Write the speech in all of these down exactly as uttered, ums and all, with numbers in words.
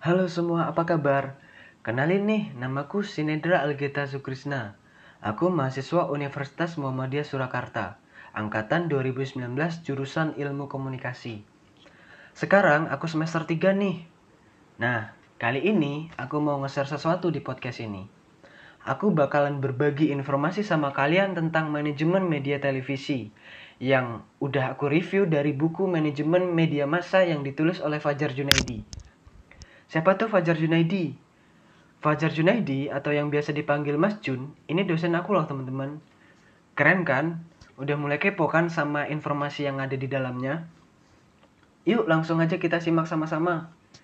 Halo semua, apa kabar? Kenalin nih, namaku Sinedra Algeta Sukrisna. Aku mahasiswa Universitas Muhammadiyah Surakarta, angkatan dua ribu sembilan belas jurusan Ilmu Komunikasi. Sekarang aku semester tiga nih. Nah, kali ini aku mau nge-share sesuatu di podcast ini. Aku bakalan berbagi informasi sama kalian tentang manajemen media televisi yang udah aku review dari buku Manajemen Media Massa yang ditulis oleh Fajar Junaidi. Siapa tuh Fajar Junaidi? Fajar Junaidi atau yang biasa dipanggil Mas Jun, ini dosen aku loh teman-teman. Keren kan? Udah mulai kepo kan sama informasi yang ada di dalamnya? Yuk langsung aja kita simak sama-sama.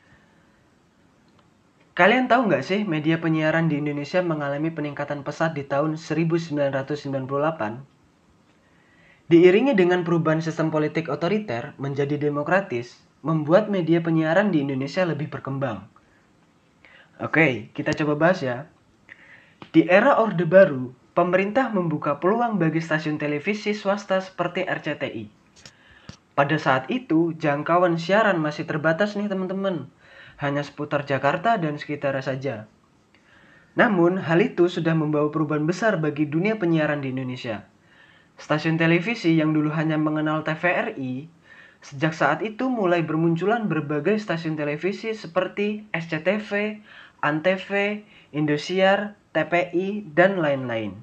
Kalian tahu nggak sih media penyiaran di Indonesia mengalami peningkatan pesat di tahun seribu sembilan ratus sembilan puluh delapan? Diiringi dengan perubahan sistem politik otoriter menjadi demokratis, membuat media penyiaran di Indonesia lebih berkembang. Oke, kita coba bahas ya. Di era Orde Baru, pemerintah membuka peluang bagi stasiun televisi swasta seperti R C T I. Pada saat itu, jangkauan siaran masih terbatas nih teman-teman. Hanya seputar Jakarta dan sekitarnya saja. Namun, hal itu sudah membawa perubahan besar bagi dunia penyiaran di Indonesia. Stasiun televisi yang dulu hanya mengenal T V R I, sejak saat itu mulai bermunculan berbagai stasiun televisi seperti S C T V, Antv, Indosiar, T P I, dan lain-lain.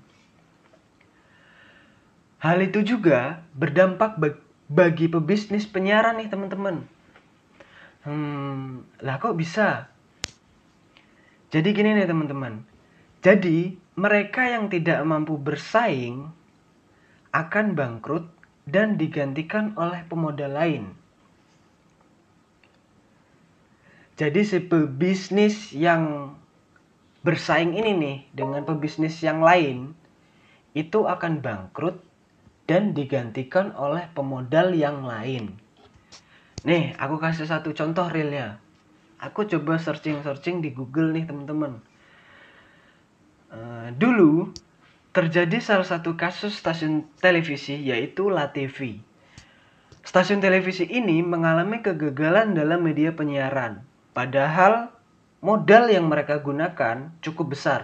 Hal itu juga berdampak bagi pebisnis penyiaran nih teman-teman. Hmm, lah kok bisa? Jadi gini nih teman-teman. Jadi mereka yang tidak mampu bersaing akan bangkrut dan digantikan oleh pemodal lain. Jadi si pebisnis yang bersaing ini nih dengan pebisnis yang lain itu akan bangkrut dan digantikan oleh pemodal yang lain. Nih, aku kasih satu contoh realnya. Aku coba searching-searching di Google nih teman-teman. Uh, dulu terjadi salah satu kasus stasiun televisi yaitu La T V. Stasiun televisi ini mengalami kegagalan dalam media penyiaran. Padahal modal yang mereka gunakan cukup besar.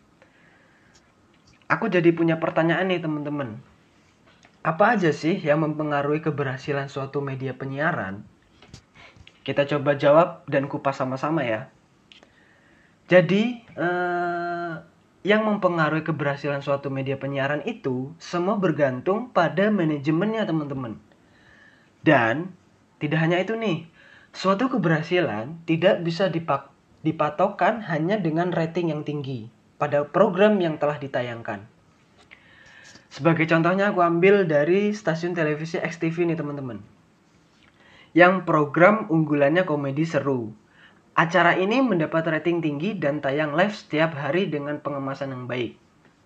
Aku jadi punya pertanyaan nih teman-teman. Apa aja sih yang mempengaruhi keberhasilan suatu media penyiaran? Kita coba jawab dan kupas sama-sama ya. Jadi, eh, yang mempengaruhi keberhasilan suatu media penyiaran itu semua bergantung pada manajemennya teman-teman. Dan tidak hanya itu nih, suatu keberhasilan tidak bisa dipak- dipatokan hanya dengan rating yang tinggi pada program yang telah ditayangkan. Sebagai contohnya aku ambil dari stasiun televisi X T V nih teman-teman. Yang program unggulannya komedi seru. Acara ini mendapat rating tinggi dan tayang live setiap hari dengan pengemasan yang baik.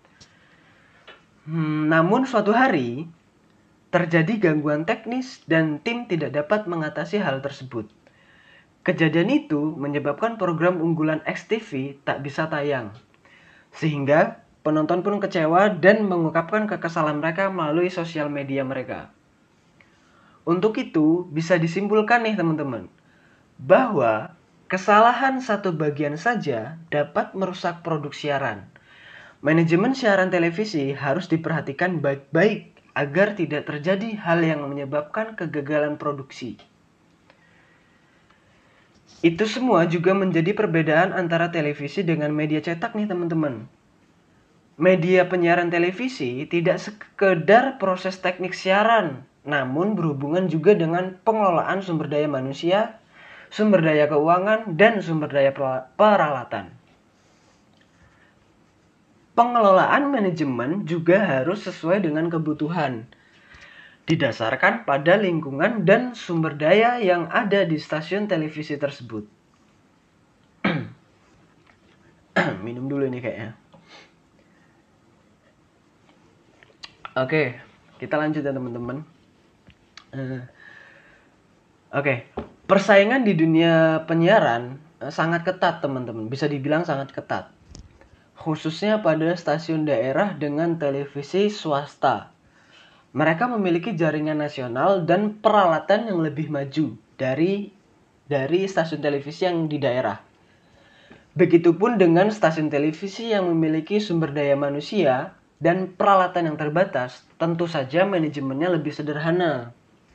Hmm, namun suatu hari terjadi gangguan teknis dan tim tidak dapat mengatasi hal tersebut. Kejadian itu menyebabkan program unggulan X T V tak bisa tayang. Sehingga penonton pun kecewa dan mengungkapkan kekesalan mereka melalui sosial media mereka. Untuk itu bisa disimpulkan nih teman-teman, bahwa kesalahan satu bagian saja dapat merusak produk siaran. Manajemen siaran televisi harus diperhatikan baik-baik agar tidak terjadi hal yang menyebabkan kegagalan produksi. Itu semua juga menjadi perbedaan antara televisi dengan media cetak nih teman-teman. Media penyiaran televisi tidak sekedar proses teknik siaran, namun berhubungan juga dengan pengelolaan sumber daya manusia, sumber daya keuangan, dan sumber daya peralatan. Pengelolaan manajemen juga harus sesuai dengan kebutuhan, didasarkan pada lingkungan dan sumber daya yang ada di stasiun televisi tersebut. Minum dulu nih kayaknya. Oke, kita lanjut ya teman-teman. Uh, Oke, persaingan di dunia penyiaran uh, sangat ketat teman-teman, bisa dibilang sangat ketat. Khususnya pada stasiun daerah dengan televisi swasta. Mereka memiliki jaringan nasional dan peralatan yang lebih maju dari dari stasiun televisi yang di daerah. Begitupun dengan stasiun televisi yang memiliki sumber daya manusia dan peralatan yang terbatas, tentu saja manajemennya lebih sederhana.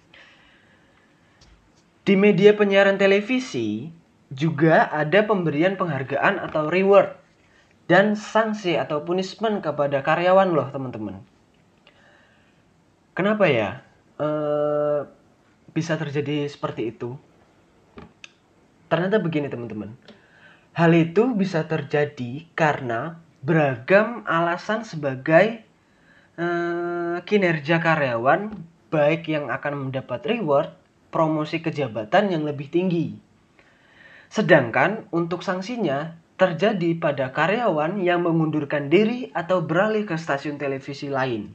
Di media penyiaran televisi juga ada pemberian penghargaan atau reward dan sanksi atau punishment kepada karyawan loh teman-teman. Kenapa ya uh, bisa terjadi seperti itu? Ternyata begini teman-teman. Hal itu bisa terjadi karena beragam alasan sebagai uh, kinerja karyawan, baik yang akan mendapat reward, promosi kejabatan yang lebih tinggi. Sedangkan untuk sanksinya terjadi pada karyawan yang mengundurkan diri atau beralih ke stasiun televisi lain.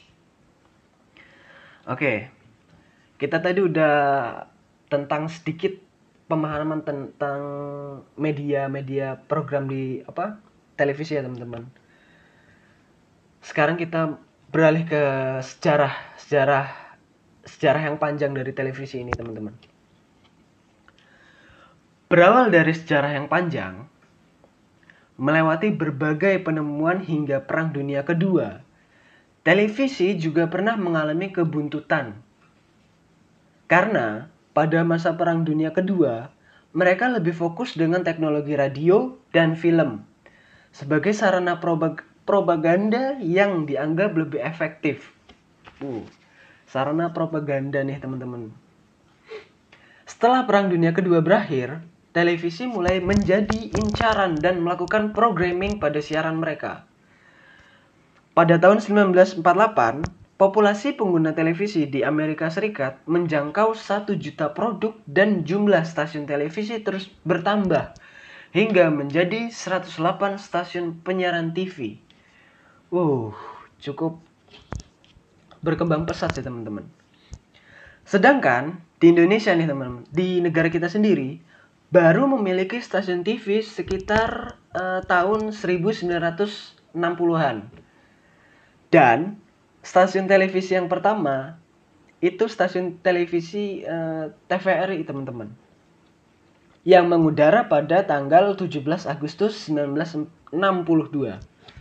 Oke, kita tadi udah tentang sedikit pemahaman tentang media-media program di apa televisi ya teman-teman. Sekarang kita beralih ke sejarah sejarah sejarah yang panjang dari televisi ini teman-teman. Berawal dari sejarah yang panjang, melewati berbagai penemuan hingga Perang Dunia Kedua, televisi juga pernah mengalami kebuntutan. Karena pada masa Perang Dunia Kedua, mereka lebih fokus dengan teknologi radio dan film sebagai sarana propaganda yang dianggap lebih efektif. Uh, sarana propaganda nih teman-teman. Setelah Perang Dunia Kedua berakhir, televisi mulai menjadi incaran dan melakukan programming pada siaran mereka. Pada tahun sembilan belas empat puluh delapan, populasi pengguna televisi di Amerika Serikat menjangkau satu juta produk dan jumlah stasiun televisi terus bertambah hingga menjadi seratus delapan stasiun penyiaran T V. Wow, cukup berkembang pesat sih teman-teman. Sedangkan di Indonesia nih teman-teman, di negara kita sendiri baru memiliki stasiun T V sekitar uh, tahun seribu sembilan ratus enam puluhan. Dan stasiun televisi yang pertama itu stasiun televisi uh, T V R I teman-teman, yang mengudara pada tanggal tujuh belas Agustus seribu sembilan ratus enam puluh dua.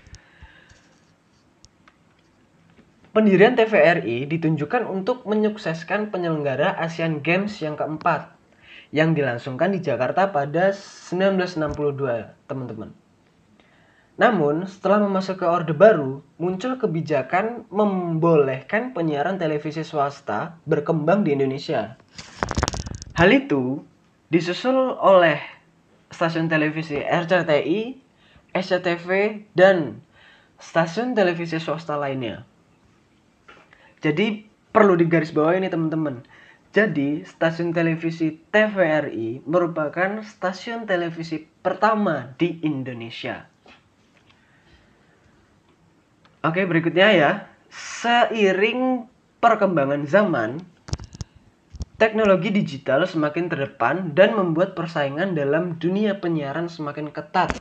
Pendirian T V R I ditunjukkan untuk menyukseskan penyelenggara Asian Games yang keempat yang dilangsungkan di Jakarta pada seribu sembilan ratus enam puluh dua, teman-teman. Namun, setelah memasuki Orde Baru, muncul kebijakan membolehkan penyiaran televisi swasta berkembang di Indonesia. Hal itu disusul oleh stasiun televisi R C T I, S C T V, dan stasiun televisi swasta lainnya. Jadi perlu digarisbawahi nih teman-teman. Jadi stasiun televisi T V R I merupakan stasiun televisi pertama di Indonesia. Oke, berikutnya ya. Seiring perkembangan zaman, teknologi digital semakin terdepan dan membuat persaingan dalam dunia penyiaran semakin ketat.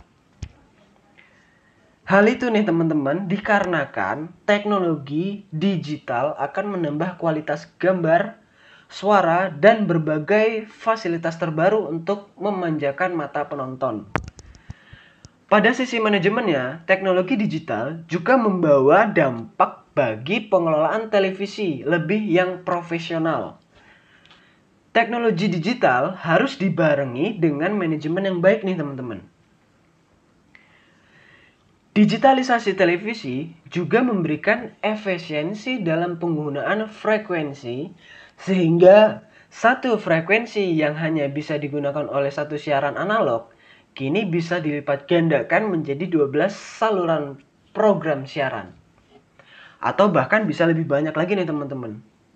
Hal itu nih teman-teman dikarenakan teknologi digital akan menambah kualitas gambar, suara, dan berbagai fasilitas terbaru untuk memanjakan mata penonton. Pada sisi manajemennya, teknologi digital juga membawa dampak bagi pengelolaan televisi lebih yang profesional. Teknologi digital harus dibarengi dengan manajemen yang baik nih teman-teman. Digitalisasi televisi juga memberikan efisiensi dalam penggunaan frekuensi, sehingga satu frekuensi yang hanya bisa digunakan oleh satu siaran analog kini bisa dilipat gandakan menjadi dua belas saluran program siaran. Atau bahkan bisa lebih banyak lagi nih teman-teman.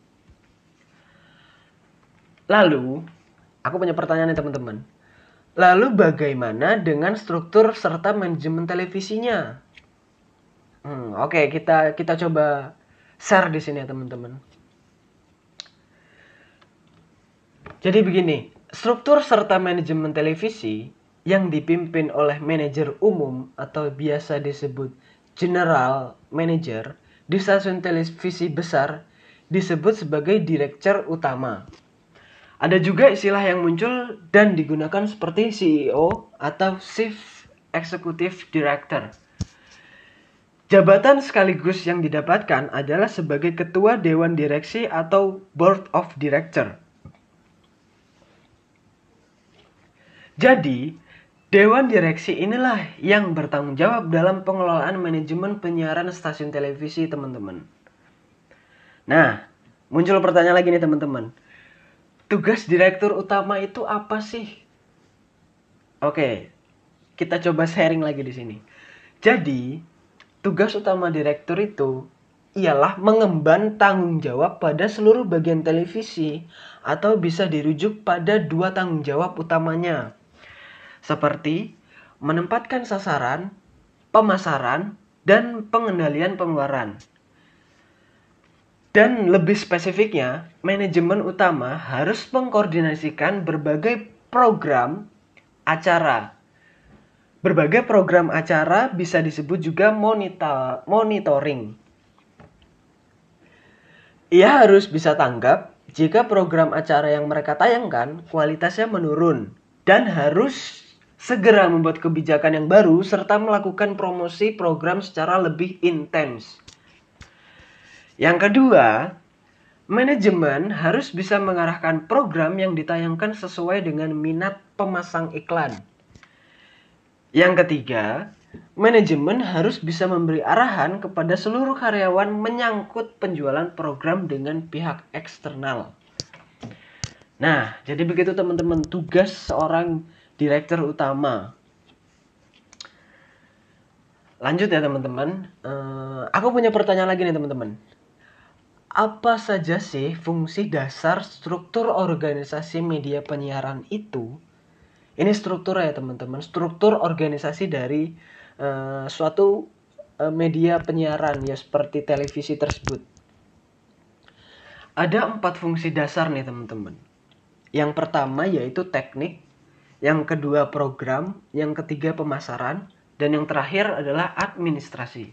Lalu, aku punya pertanyaan nih teman-teman. Lalu bagaimana dengan struktur serta manajemen televisinya? Hmm, Oke, okay, kita kita coba share di sini ya teman-teman. Jadi begini, struktur serta manajemen televisi yang dipimpin oleh manajer umum atau biasa disebut general manager di stasiun televisi besar disebut sebagai direktur utama. Ada juga istilah yang muncul dan digunakan seperti C E O atau Chief Executive Director. Jabatan sekaligus yang didapatkan adalah sebagai ketua dewan direksi atau Board of Director. Jadi, dewan direksi inilah yang bertanggung jawab dalam pengelolaan manajemen penyiaran stasiun televisi, teman-teman. Nah, muncul pertanyaan lagi nih, teman-teman. Tugas direktur utama itu apa sih? Oke, kita coba sharing lagi di sini. Jadi, tugas utama direktur itu ialah mengemban tanggung jawab pada seluruh bagian televisi atau bisa dirujuk pada dua tanggung jawab utamanya. Seperti menempatkan sasaran, pemasaran, dan pengendalian pengeluaran. Dan lebih spesifiknya, manajemen utama harus mengkoordinasikan berbagai program acara. Berbagai program acara bisa disebut juga monitor, monitoring. Ia harus bisa tanggap jika program acara yang mereka tayangkan kualitasnya menurun dan harus segera membuat kebijakan yang baru serta melakukan promosi program secara lebih intens. Yang kedua, manajemen harus bisa mengarahkan program yang ditayangkan sesuai dengan minat pemasang iklan. Yang ketiga, manajemen harus bisa memberi arahan kepada seluruh karyawan menyangkut penjualan program dengan pihak eksternal. Nah, jadi begitu teman-teman tugas seorang direktur utama. Lanjut ya teman-teman. Uh, aku punya pertanyaan lagi nih teman-teman. Apa saja sih fungsi dasar struktur organisasi media penyiaran itu? Ini struktur ya teman-teman. Struktur organisasi dari uh, suatu uh, media penyiaran ya seperti televisi tersebut. Ada empat fungsi dasar nih teman-teman. Yang pertama yaitu teknik. Yang kedua program, yang ketiga pemasaran, dan yang terakhir adalah administrasi.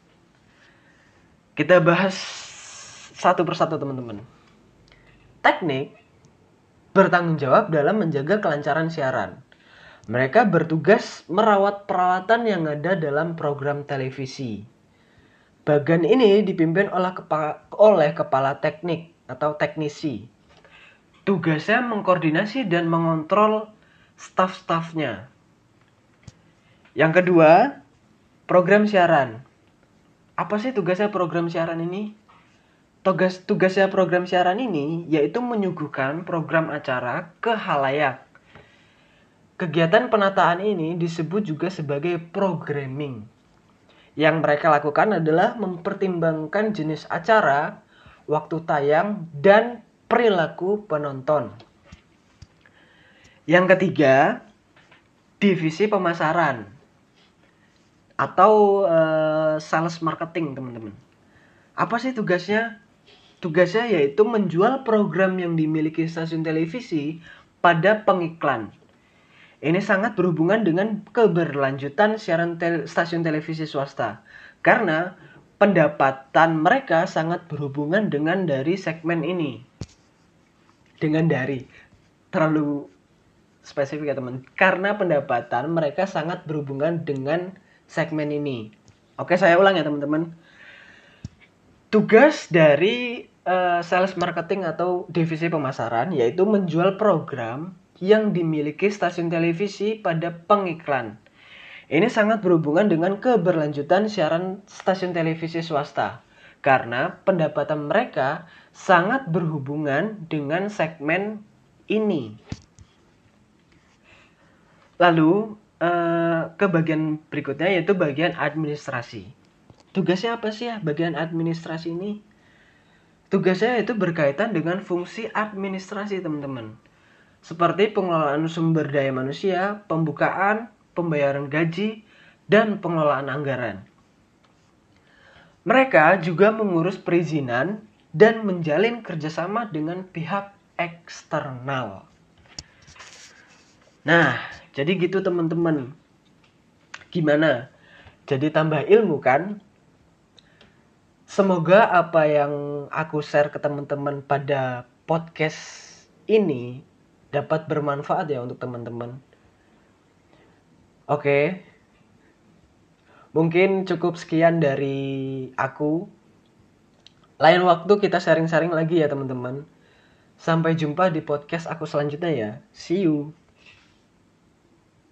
Kita bahas satu persatu teman-teman. Teknik bertanggung jawab dalam menjaga kelancaran siaran. Mereka bertugas merawat peralatan yang ada dalam program televisi. Bagian ini dipimpin oleh kepala, oleh kepala teknik atau teknisi. Tugasnya mengkoordinasi dan mengontrol staf-stafnya. Yang kedua, program siaran. Apa sih tugasnya program siaran ini? Tugas tugasnya program siaran ini yaitu menyuguhkan program acara ke khalayak. Kegiatan penataan ini disebut juga sebagai programming. Yang mereka lakukan adalah mempertimbangkan jenis acara, waktu tayang, dan perilaku penonton. Yang ketiga, divisi pemasaran atau uh, sales marketing, teman-teman. Apa sih tugasnya? Tugasnya yaitu menjual program yang dimiliki stasiun televisi pada pengiklan. Ini sangat berhubungan dengan keberlanjutan siaran tel- stasiun televisi swasta. Karena pendapatan mereka sangat berhubungan dengan dari segmen ini. Dengan dari. Terlalu spesifik ya teman, karena pendapatan mereka sangat berhubungan dengan segmen ini. Oke, saya ulang ya teman-teman. Tugas dari uh, sales marketing atau divisi pemasaran yaitu menjual program yang dimiliki stasiun televisi pada pengiklan. Ini sangat berhubungan dengan keberlanjutan siaran stasiun televisi swasta karena pendapatan mereka sangat berhubungan dengan segmen ini. Lalu uh, ke bagian berikutnya yaitu bagian administrasi. Tugasnya apa sih ya bagian administrasi ini? Tugasnya itu berkaitan dengan fungsi administrasi teman-teman. Seperti pengelolaan sumber daya manusia, pembukaan, pembayaran gaji, dan pengelolaan anggaran. Mereka juga mengurus perizinan dan menjalin kerjasama dengan pihak eksternal. Nah, jadi gitu teman-teman. Gimana? Jadi tambah ilmu kan? Semoga apa yang aku share ke teman-teman pada podcast ini dapat bermanfaat ya untuk teman-teman. Oke, Mungkin cukup sekian dari aku. Lain waktu kita sharing-sharing lagi ya teman-teman. Sampai jumpa di podcast aku selanjutnya ya. See you.